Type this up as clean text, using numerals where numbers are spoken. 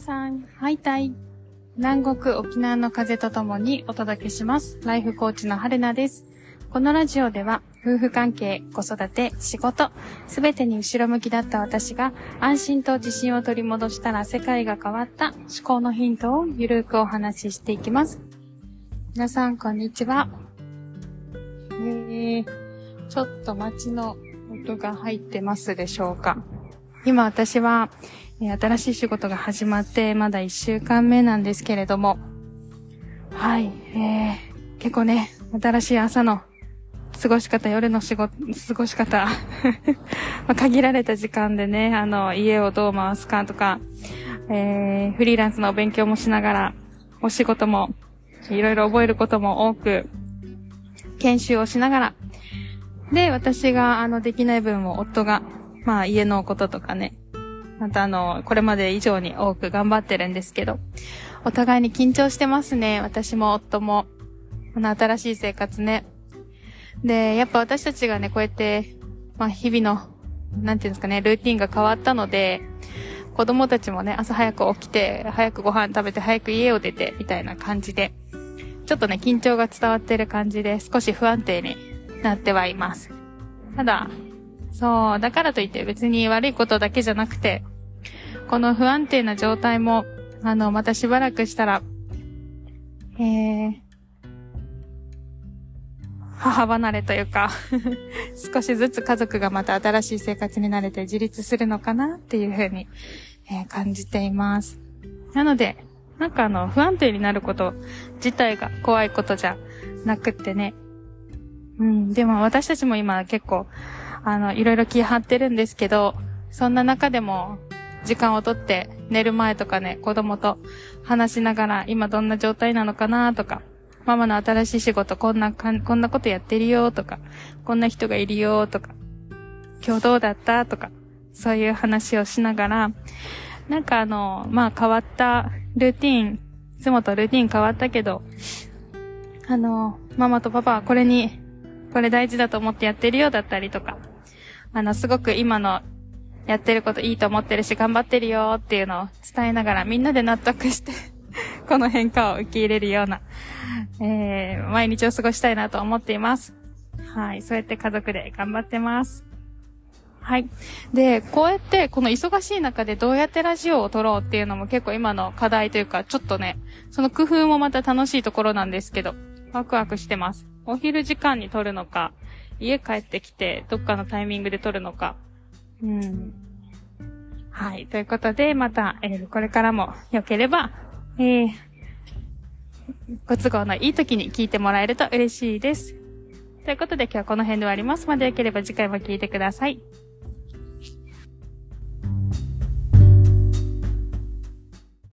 さん、ハイタイ。南国沖縄の風とともにお届けします。ライフコーチの春菜です。このラジオでは、夫婦関係、子育て、仕事、すべてに後ろ向きだった私が、安心と自信を取り戻したら世界が変わった思考のヒントをゆるくお話ししていきます。皆さん、こんにちは。ちょっと街の音が入ってますでしょうか。今私は、新しい仕事が始まってまだ1週間目なんですけれども、はい、結構ね、新しい朝の過ごし方、夜の過ごし方、限られた時間でね、家をどう回すかとか、フリーランスのお勉強もしながら、お仕事もいろいろ覚えることも多く、研修をしながら、で、私ができない分を夫が、家のこととかね、またこれまで以上に多く頑張ってるんですけど、お互いに緊張してますね。私も夫も。この新しい生活ね。で、やっぱ私たちがね、こうやって、日々の、なんていうんですかね、ルーティンが変わったので、子供たちもね、朝早く起きて、早くご飯食べて、早く家を出て、みたいな感じで、ちょっとね、緊張が伝わってる感じで、少し不安定になってはいます。ただ、そう、だからといって別に悪いことだけじゃなくて、この不安定な状態も、またしばらくしたら、母離れというか、少しずつ家族がまた新しい生活に慣れて自立するのかなっていうふうに、感じています。なので、なんか不安定になること自体が怖いことじゃなくってね。でも私たちも今結構、いろいろ気張ってるんですけど、そんな中でも、時間をとって寝る前とかね、子供と話しながら今どんな状態なのかなとか、ママの新しい仕事こんなことやってるよとか、こんな人がいるよとか、今日どうだったとか、そういう話をしながら、なんか変わったルーティン、いつもとルーティン変わったけど、ママとパパはこれ大事だと思ってやってるよだったりとか、すごく今のやってることいいと思ってるし頑張ってるよっていうのを伝えながらみんなで納得してこの変化を受け入れるような、毎日を過ごしたいなと思っています。はい、そうやって家族で頑張ってます。はい。で、こうやってこの忙しい中でどうやってラジオを撮ろうっていうのも結構今の課題というかちょっとね、その工夫もまた楽しいところなんですけど、ワクワクしてます。お昼時間に撮るのか、家帰ってきてどっかのタイミングで撮るのか、はい。ということで、また、これからも良ければ、ご都合のいい時に聞いてもらえると嬉しいです。ということで今日はこの辺で終わります。まだ良ければ次回も聞いてください。